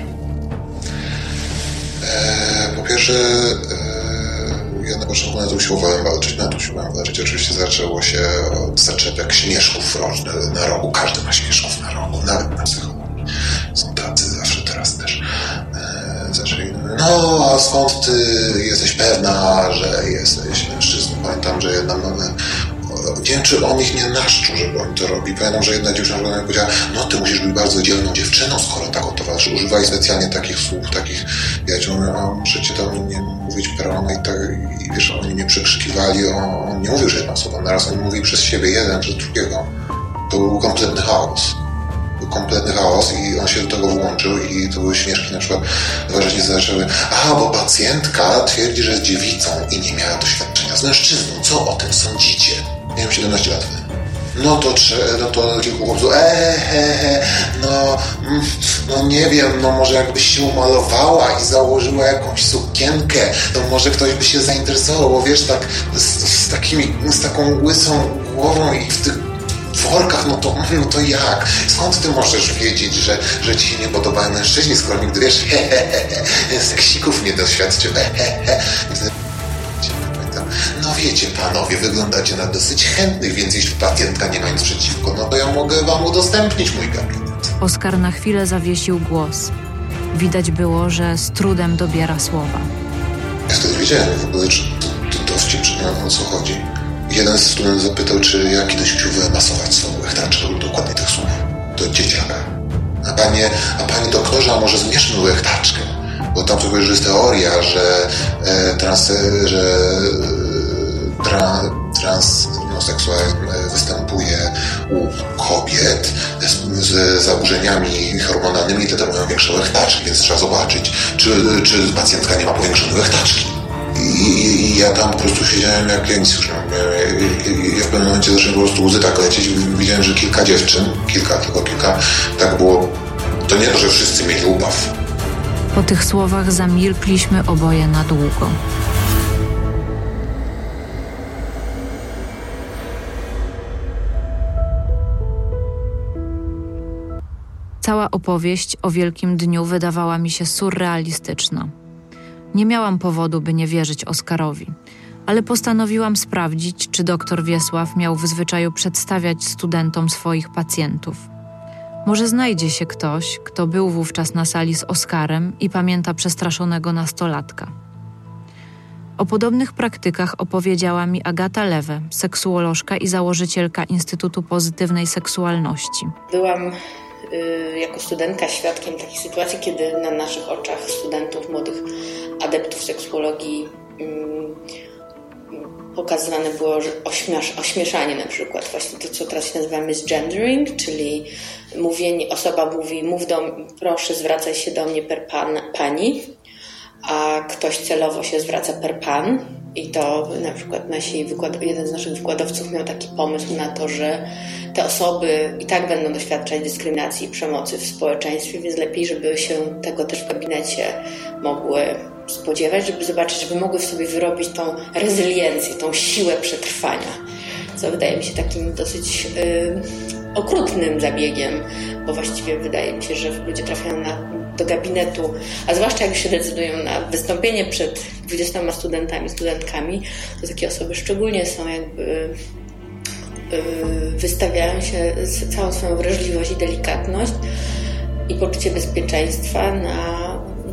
Po pierwsze, ja na początku na to usiłowałem walczyć. Oczywiście zaczęło się od zaczepek śmieszków na rogu. Każdy ma śmieszków na rogu, nawet na psychologii. Są tacy zawsze, teraz też. Zaczęli, no a skąd ty jesteś pewna, że jesteś mężczyzną? Pamiętam, że jedna nie wiem, czy on ich nie naszczył, żeby oni to robili. Pamiętam, że jedna dziewczyna powiedziała, no ty musisz być bardzo dzielną dziewczyną, skoro tak o towarzyszy. Używali specjalnie takich słów, takich, ja ci mówię, a muszę ci tam nie mówić pełno i tak, i wiesz, oni mnie przekrzykiwali, on nie mówił, że jedna osoba, naraz oni mówili przez siebie, jeden przez drugiego. To był kompletny chaos. I on się do tego włączył i to były śmieszki, na przykład wrażenie zaczęły, bo pacjentka twierdzi, że jest dziewicą i nie miała doświadczenia z mężczyzną. Co o tym sądzicie? Miałem 17 lat. No to kilku chłopców, no nie wiem, no może jakbyś się umalowała i założyła jakąś sukienkę, to może ktoś by się zainteresował, bo wiesz, tak z taką łysą głową i w tych workach, no to jak? Skąd ty możesz wiedzieć, że ci się nie podobają mężczyźni, skoro nigdy wiesz, seksików nie doświadczył, No wiecie, panowie, wyglądacie na dosyć chętnych, więc jeśli pacjentka nie ma nic przeciwko, no to ja mogę wam udostępnić mój gabinet. Oskar na chwilę zawiesił głos. Widać było, że z trudem dobiera słowa. Ja wtedy wiedziałem w ogóle, czy to dowcip, czy o co chodzi. Jeden z studentów zapytał, czy ja kiedyś chciał wymasować swoją łechtaczkę, lub dokładnie tych słów. To dzieciaka. A panie doktorze, a może zmierzmy łechtaczkę? Bo tam sobie jest teoria, że transseksualizm występuje u kobiet z zaburzeniami hormonalnymi i te mają większe łechtaczki, więc trzeba zobaczyć, czy pacjentka nie ma powiększonej łechtaczki. I ja tam po prostu siedziałem jak ja nic już ja w pewnym momencie zacząłem po prostu łzy tak lecieć. Widziałem, że kilka dziewczyn, tylko kilka, tak było. To nie to, że wszyscy mieli ubaw. Po tych słowach zamilkliśmy oboje na długo. Cała opowieść o Wielkim Dniu wydawała mi się surrealistyczna. Nie miałam powodu, by nie wierzyć Oskarowi, ale postanowiłam sprawdzić, czy dr Wiesław miał w zwyczaju przedstawiać studentom swoich pacjentów. Może znajdzie się ktoś, kto był wówczas na sali z Oskarem i pamięta przestraszonego nastolatka. O podobnych praktykach opowiedziała mi Agata Lewe, seksuolożka i założycielka Instytutu Pozytywnej Seksualności. Byłam jako studentka świadkiem takich sytuacji, kiedy na naszych oczach studentów, młodych adeptów seksuologii pokazywane było ośmieszanie na przykład. Właśnie to, co teraz się nazywa misgendering, czyli osoba mówi, proszę zwracaj się do mnie per pani, a ktoś celowo się zwraca per pan. I to na przykład jeden z naszych wykładowców miał taki pomysł na to, że te osoby i tak będą doświadczać dyskryminacji i przemocy w społeczeństwie, więc lepiej, żeby się tego też w gabinecie mogły spodziewać, żeby zobaczyć, żeby mogły w sobie wyrobić tą rezyliencję, tą siłę przetrwania. Co wydaje mi się takim dosyć okrutnym zabiegiem, bo właściwie wydaje mi się, że ludzie trafiają do gabinetu, a zwłaszcza jak się decydują na wystąpienie przed 20 studentami, studentkami, to takie osoby szczególnie są jakby wystawiają się z całą swoją wrażliwość i delikatność i poczucie bezpieczeństwa na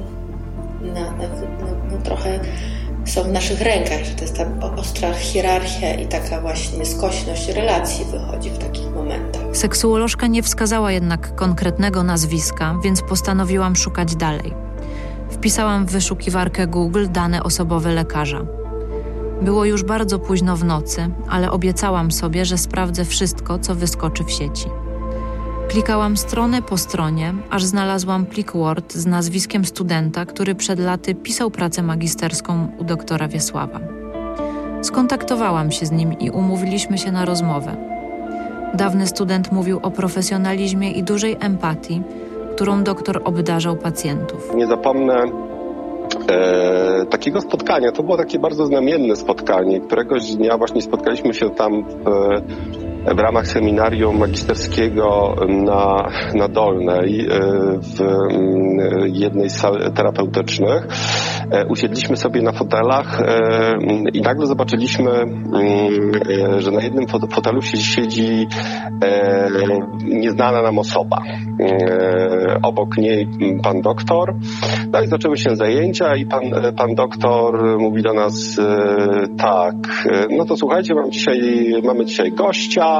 trochę są w naszych rękach, że to jest ta ostra hierarchia i taka właśnie skośność relacji wychodzi w takich momentach. Seksuolożka nie wskazała jednak konkretnego nazwiska, więc postanowiłam szukać dalej. Wpisałam w wyszukiwarkę Google dane osobowe lekarza. Było już bardzo późno w nocy, ale obiecałam sobie, że sprawdzę wszystko, co wyskoczy w sieci. Klikałam stronę po stronie, aż znalazłam plik Word z nazwiskiem studenta, który przed laty pisał pracę magisterską u doktora Wiesława. Skontaktowałam się z nim i umówiliśmy się na rozmowę. Dawny student mówił o profesjonalizmie i dużej empatii, którą doktor obdarzał pacjentów. Nie zapomnę takiego spotkania. To było takie bardzo znamienne spotkanie. Któregoś dnia właśnie spotkaliśmy się tam w ramach seminarium magisterskiego na Dolnej w jednej z sal terapeutycznych. Usiedliśmy sobie na fotelach i nagle zobaczyliśmy, że na jednym fotelu siedzi nieznana nam osoba. Obok niej pan doktor. No i zaczęły się zajęcia i pan doktor mówi do nas tak, no to słuchajcie, mamy dzisiaj gościa.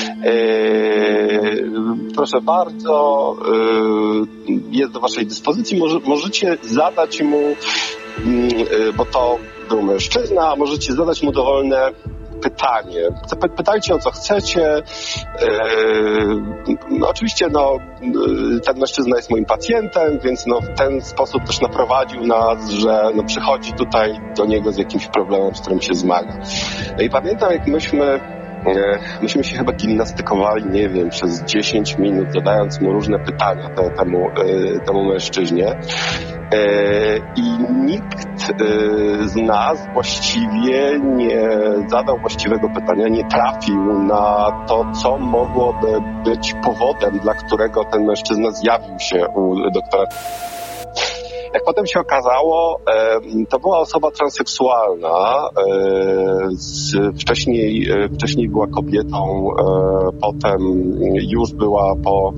Proszę bardzo, jest do waszej dyspozycji, możecie zadać mu, bo to był mężczyzna, możecie zadać mu dowolne pytanie. Pytajcie o co chcecie. Oczywiście ten mężczyzna jest moim pacjentem, więc w ten sposób też naprowadził nas, że przychodzi tutaj do niego z jakimś problemem, z którym się zmaga. No i pamiętam, jak myśmy się chyba gimnastykowali, nie wiem, przez 10 minut, zadając mu różne pytania temu mężczyźnie. I nikt z nas właściwie nie zadał właściwego pytania, nie trafił na to, co mogłoby być powodem, dla którego ten mężczyzna zjawił się u doktora. Jak potem się okazało, to była osoba transseksualna, wcześniej była kobietą, potem już była po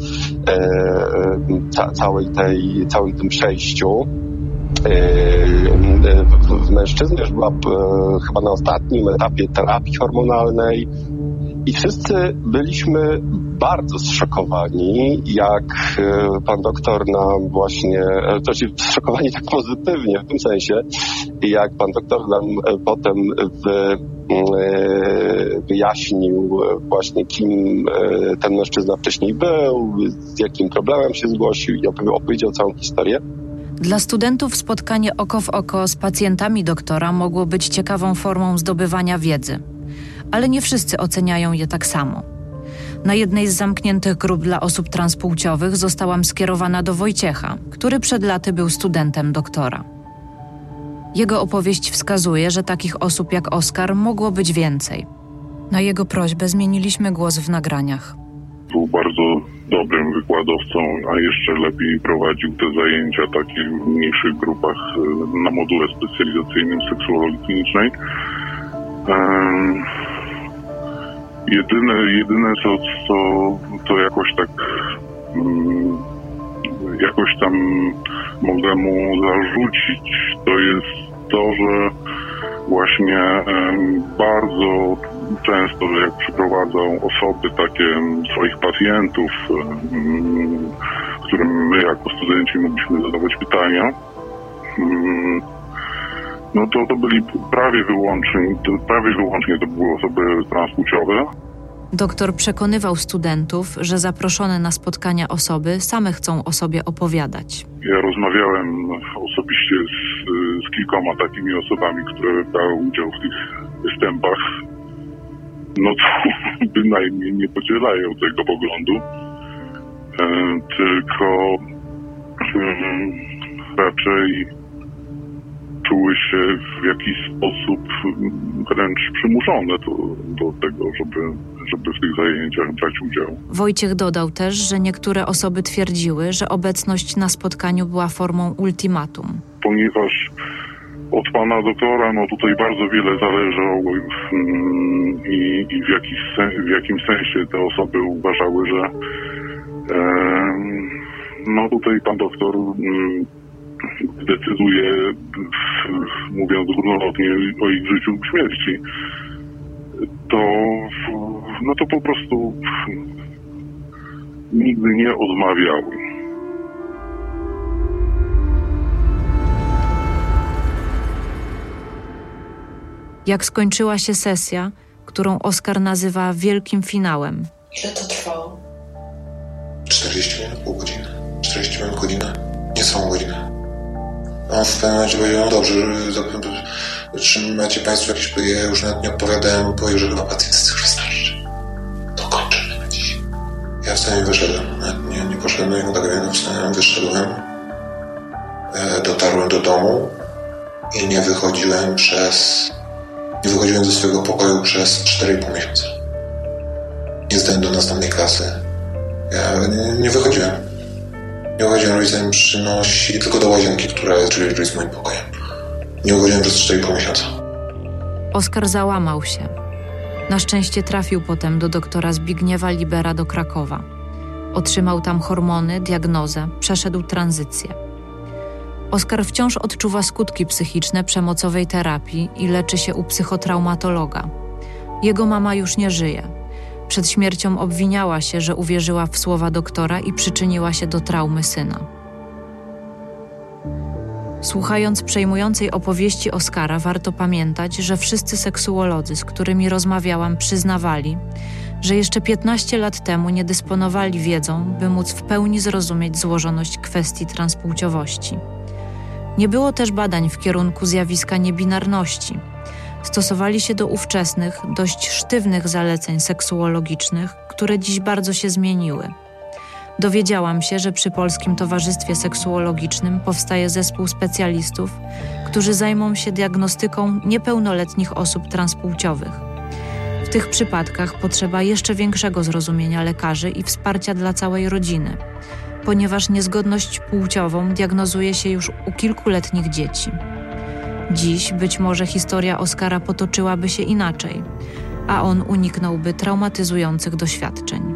całym tym przejściu w mężczyznę, już była chyba na ostatnim etapie terapii hormonalnej i wszyscy byliśmy bardzo zszokowani, jak pan doktor nam właśnie, to znaczy zszokowani tak pozytywnie w tym sensie, jak pan doktor nam potem wyjaśnił właśnie, kim ten mężczyzna wcześniej był, z jakim problemem się zgłosił i opowiedział całą historię. Dla studentów spotkanie oko w oko z pacjentami doktora mogło być ciekawą formą zdobywania wiedzy, ale nie wszyscy oceniają je tak samo. Na jednej z zamkniętych grup dla osób transpłciowych zostałam skierowana do Wojciecha, który przed laty był studentem doktora. Jego opowieść wskazuje, że takich osób jak Oskar mogło być więcej. Na jego prośbę zmieniliśmy głos w nagraniach. Był bardzo dobrym wykładowcą, a jeszcze lepiej prowadził te zajęcia takie w mniejszych grupach na module specjalizacyjnym seksuologii klinicznej. Jedyne co jakoś tak jakoś tam mogę mu zarzucić, to jest to, że właśnie bardzo często, że jak przyprowadzał osoby takie, swoich pacjentów, którym my jako studenci mogliśmy zadawać pytania, no to byli prawie wyłącznie to były osoby transpłciowe. Doktor przekonywał studentów, że zaproszone na spotkania osoby same chcą o sobie opowiadać. Ja rozmawiałem osobiście z kilkoma takimi osobami, które brały udział w tych występach. No to bynajmniej nie podzielają tego poglądu, tylko raczej czuły się w jakiś sposób wręcz przymuszone do tego, żeby w tych zajęciach brać udział. Wojciech dodał też, że niektóre osoby twierdziły, że obecność na spotkaniu była formą ultimatum. Ponieważ od pana doktora, no tutaj bardzo wiele zależało i w jakimś sensie te osoby uważały, że no tutaj pan doktor decyduje, mówiąc górnolotnie, o ich życiu lub śmierci, to po prostu nigdy nie odmawiały. Jak skończyła się sesja, którą Oskar nazywa wielkim finałem. Ile to trwało? 40 minut, pół godziny. 40 minut, godzinę. Niecałą godzinę. On w pewnym momencie powiedział, no dobrze, czy macie Państwo jakieś... Ja już nawet nie odpowiadałem, bo że chyba pacjent jest już starszy. To kończymy na dziś. Ja wstałem i wyszedłem. Nie poszedłem do niego, tak jak wstałem, wyszedłem. Dotarłem do domu i nie wychodziłem ze swojego pokoju przez 4,5 miesiąca. Nie zdałem do następnej klasy. Ja nie wychodziłem. Nie wychodziłem, rodzice mi przynosili tylko do łazienki, która jest drzwi z moim pokojem. Nie wychodziłem przez 4,5 miesiąca. Oskar załamał się. Na szczęście trafił potem do doktora Zbigniewa Libera do Krakowa. Otrzymał tam hormony, diagnozę, przeszedł tranzycję. Oskar wciąż odczuwa skutki psychiczne przemocowej terapii i leczy się u psychotraumatologa. Jego mama już nie żyje. Przed śmiercią obwiniała się, że uwierzyła w słowa doktora i przyczyniła się do traumy syna. Słuchając przejmującej opowieści Oskara, warto pamiętać, że wszyscy seksuolodzy, z którymi rozmawiałam, przyznawali, że jeszcze 15 lat temu nie dysponowali wiedzą, by móc w pełni zrozumieć złożoność kwestii transpłciowości. Nie było też badań w kierunku zjawiska niebinarności. Stosowali się do ówczesnych, dość sztywnych zaleceń seksuologicznych, które dziś bardzo się zmieniły. Dowiedziałam się, że przy Polskim Towarzystwie Seksuologicznym powstaje zespół specjalistów, którzy zajmą się diagnostyką niepełnoletnich osób transpłciowych. W tych przypadkach potrzeba jeszcze większego zrozumienia lekarzy i wsparcia dla całej rodziny, ponieważ niezgodność płciową diagnozuje się już u kilkuletnich dzieci. Dziś być może historia Oskara potoczyłaby się inaczej, a on uniknąłby traumatyzujących doświadczeń.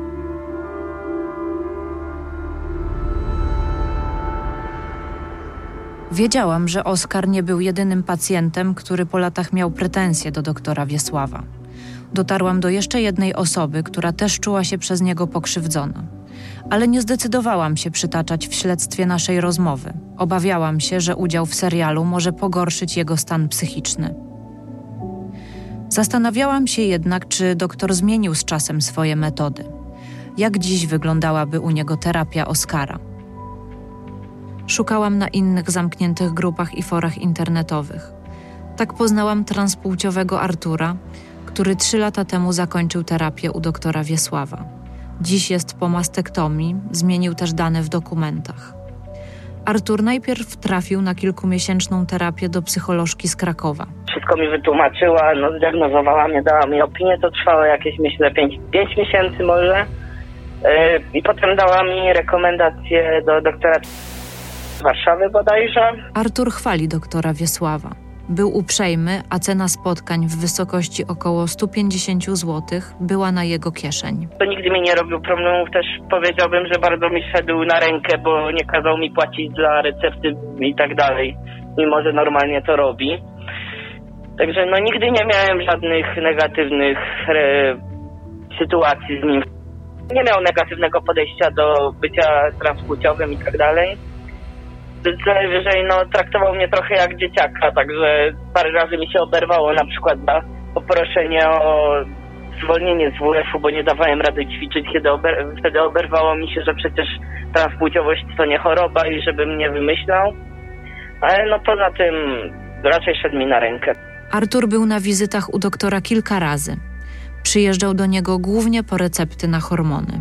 Wiedziałam, że Oskar nie był jedynym pacjentem, który po latach miał pretensje do doktora Wiesława. Dotarłam do jeszcze jednej osoby, która też czuła się przez niego pokrzywdzona. Ale nie zdecydowałam się przytaczać w śledztwie naszej rozmowy. Obawiałam się, że udział w serialu może pogorszyć jego stan psychiczny. Zastanawiałam się jednak, czy doktor zmienił z czasem swoje metody. Jak dziś wyglądałaby u niego terapia Oskara? Szukałam na innych zamkniętych grupach i forach internetowych. Tak poznałam transpłciowego Artura, który 3 lata temu zakończył terapię u doktora Wiesława. Dziś jest po mastektomii, zmienił też dane w dokumentach. Artur najpierw trafił na kilkumiesięczną terapię do psycholożki z Krakowa. Wszystko mi wytłumaczyła, zdiagnozowała mnie, dała mi opinię, to trwało jakieś, myślę, 5 miesięcy może. I potem dała mi rekomendację do doktora z Warszawy bodajże. Artur chwali doktora Wiesława. Był uprzejmy, a cena spotkań w wysokości około 150 zł była na jego kieszeń. To nigdy mi nie robił problemów, też powiedziałbym, że bardzo mi szedł na rękę, bo nie kazał mi płacić za recepty i tak dalej, mimo że normalnie to robi. Także nigdy nie miałem żadnych negatywnych sytuacji z nim. Nie miał negatywnego podejścia do bycia transpłciowym i tak dalej. Najwyżej traktował mnie trochę jak dzieciaka, także parę razy mi się oberwało, na przykład na poproszenie o zwolnienie z WF-u, bo nie dawałem rady ćwiczyć, wtedy oberwało mi się, że przecież transpłciowość to nie choroba i żebym nie wymyślał, ale poza tym raczej szedł mi na rękę. Artur był na wizytach u doktora kilka razy. Przyjeżdżał do niego głównie po recepty na hormony.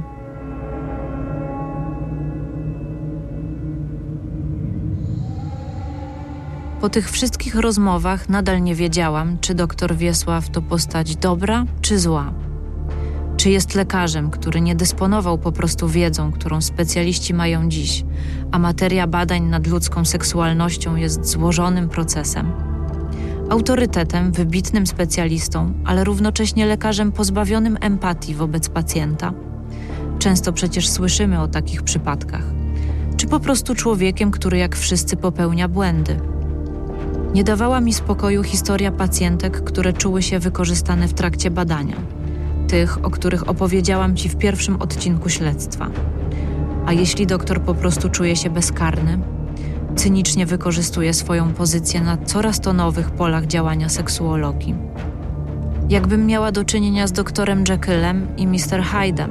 Po tych wszystkich rozmowach nadal nie wiedziałam, czy doktor Wiesław to postać dobra czy zła. Czy jest lekarzem, który nie dysponował po prostu wiedzą, którą specjaliści mają dziś, a materia badań nad ludzką seksualnością jest złożonym procesem. Autorytetem, wybitnym specjalistą, ale równocześnie lekarzem pozbawionym empatii wobec pacjenta. Często przecież słyszymy o takich przypadkach. Czy po prostu człowiekiem, który jak wszyscy popełnia błędy. Nie dawała mi spokoju historia pacjentek, które czuły się wykorzystane w trakcie badania. Tych, o których opowiedziałam Ci w pierwszym odcinku śledztwa. A jeśli doktor po prostu czuje się bezkarny, cynicznie wykorzystuje swoją pozycję na coraz to nowych polach działania seksuologii. Jakbym miała do czynienia z doktorem Jekyllem i Mr. Hyde'em.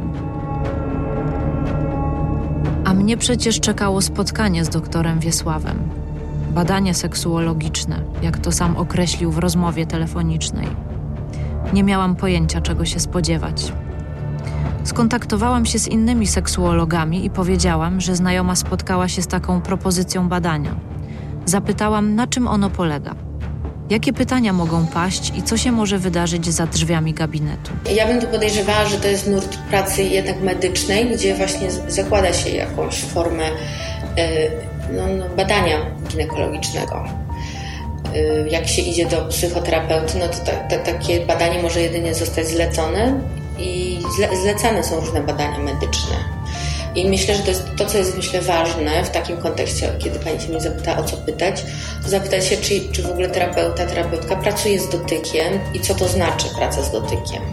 A mnie przecież czekało spotkanie z doktorem Wiesławem. Badanie seksuologiczne, jak to sam określił w rozmowie telefonicznej. Nie miałam pojęcia, czego się spodziewać. Skontaktowałam się z innymi seksuologami i powiedziałam, że znajoma spotkała się z taką propozycją badania. Zapytałam, na czym ono polega. Jakie pytania mogą paść i co się może wydarzyć za drzwiami gabinetu? Ja bym tu podejrzewała, że to jest nurt pracy jednak medycznej, gdzie właśnie zakłada się jakąś formę badania ginekologicznego. Jak się idzie do psychoterapeuty, to takie badanie może jedynie zostać zlecone i zlecane są różne badania medyczne. I myślę, że to jest to, co jest ważne w takim kontekście, kiedy pani się mnie zapyta, o co pytać, to zapytać się, czy w ogóle terapeutka pracuje z dotykiem i co to znaczy praca z dotykiem.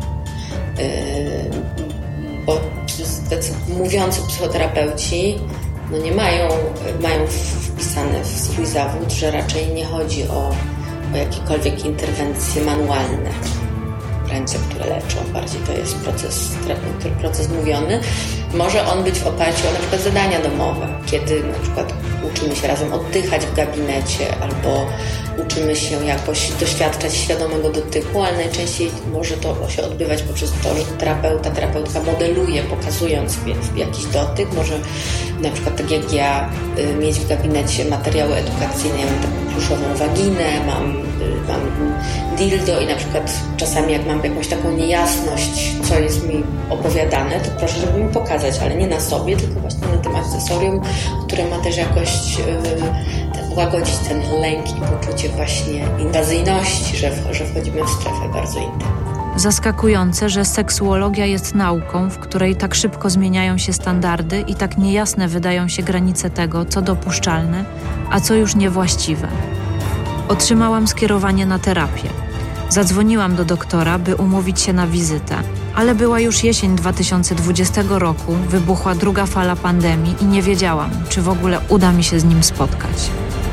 Bo mówiący psychoterapeuci nie mają wpisane w swój zawód, że raczej nie chodzi o jakiekolwiek interwencje manualne, ręce, które leczą. Bardziej to jest proces mówiony. Może on być w oparciu o na przykład zadania domowe, kiedy na przykład uczymy się razem oddychać w gabinecie albo uczymy się jakoś doświadczać świadomego dotyku, ale najczęściej może to się odbywać poprzez to, że terapeutka modeluje, pokazując jakiś dotyk. Może na przykład tak jak ja mieć w gabinecie materiały edukacyjne, ja mam taką pluszową waginę, mam dildo i na przykład czasami jak mam jakąś taką niejasność, co jest mi opowiadane, to proszę, żeby mi pokazać, ale nie na sobie, tylko właśnie na tym akcesorium, które ma też jakoś łagodzić ten lęk i poczucie właśnie inwazyjności, że wchodzimy w strefę bardzo intymną. Zaskakujące, że seksuologia jest nauką, w której tak szybko zmieniają się standardy i tak niejasne wydają się granice tego, co dopuszczalne, a co już niewłaściwe. Otrzymałam skierowanie na terapię. Zadzwoniłam do doktora, by umówić się na wizytę, ale była już jesień 2020 roku, wybuchła druga fala pandemii i nie wiedziałam, czy w ogóle uda mi się z nim spotkać.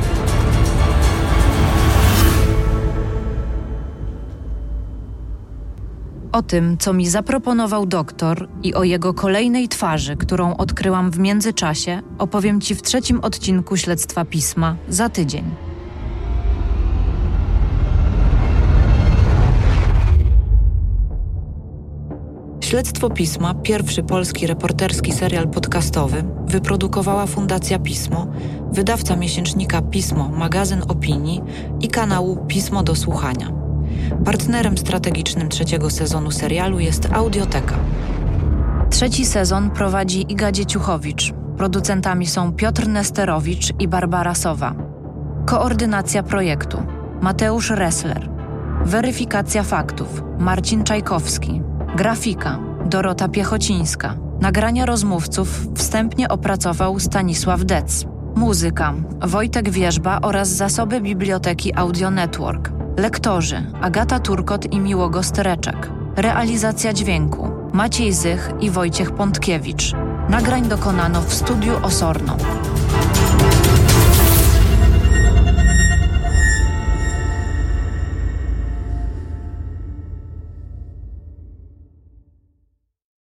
O tym, co mi zaproponował doktor i o jego kolejnej twarzy, którą odkryłam w międzyczasie, opowiem Ci w 3. odcinku Śledztwa Pisma za tydzień. Śledztwo Pisma, pierwszy polski reporterski serial podcastowy, wyprodukowała Fundacja Pismo, wydawca miesięcznika Pismo, magazyn opinii i kanału Pismo do słuchania. Partnerem strategicznym 3. sezonu serialu jest Audioteka. 3. sezon prowadzi Iga Dzieciuchowicz. Producentami są Piotr Nesterowicz i Barbara Sowa. Koordynacja projektu Mateusz Ressler. Weryfikacja faktów Marcin Czajkowski. Grafika Dorota Piechocińska. Nagrania rozmówców wstępnie opracował Stanisław Dec. Muzyka Wojtek Wierzba oraz zasoby Biblioteki Audio Network. Lektorzy Agata Turkot i Miłogo Stereczek. Realizacja dźwięku Maciej Zych i Wojciech Pątkiewicz. Nagrań dokonano w studiu Osorno.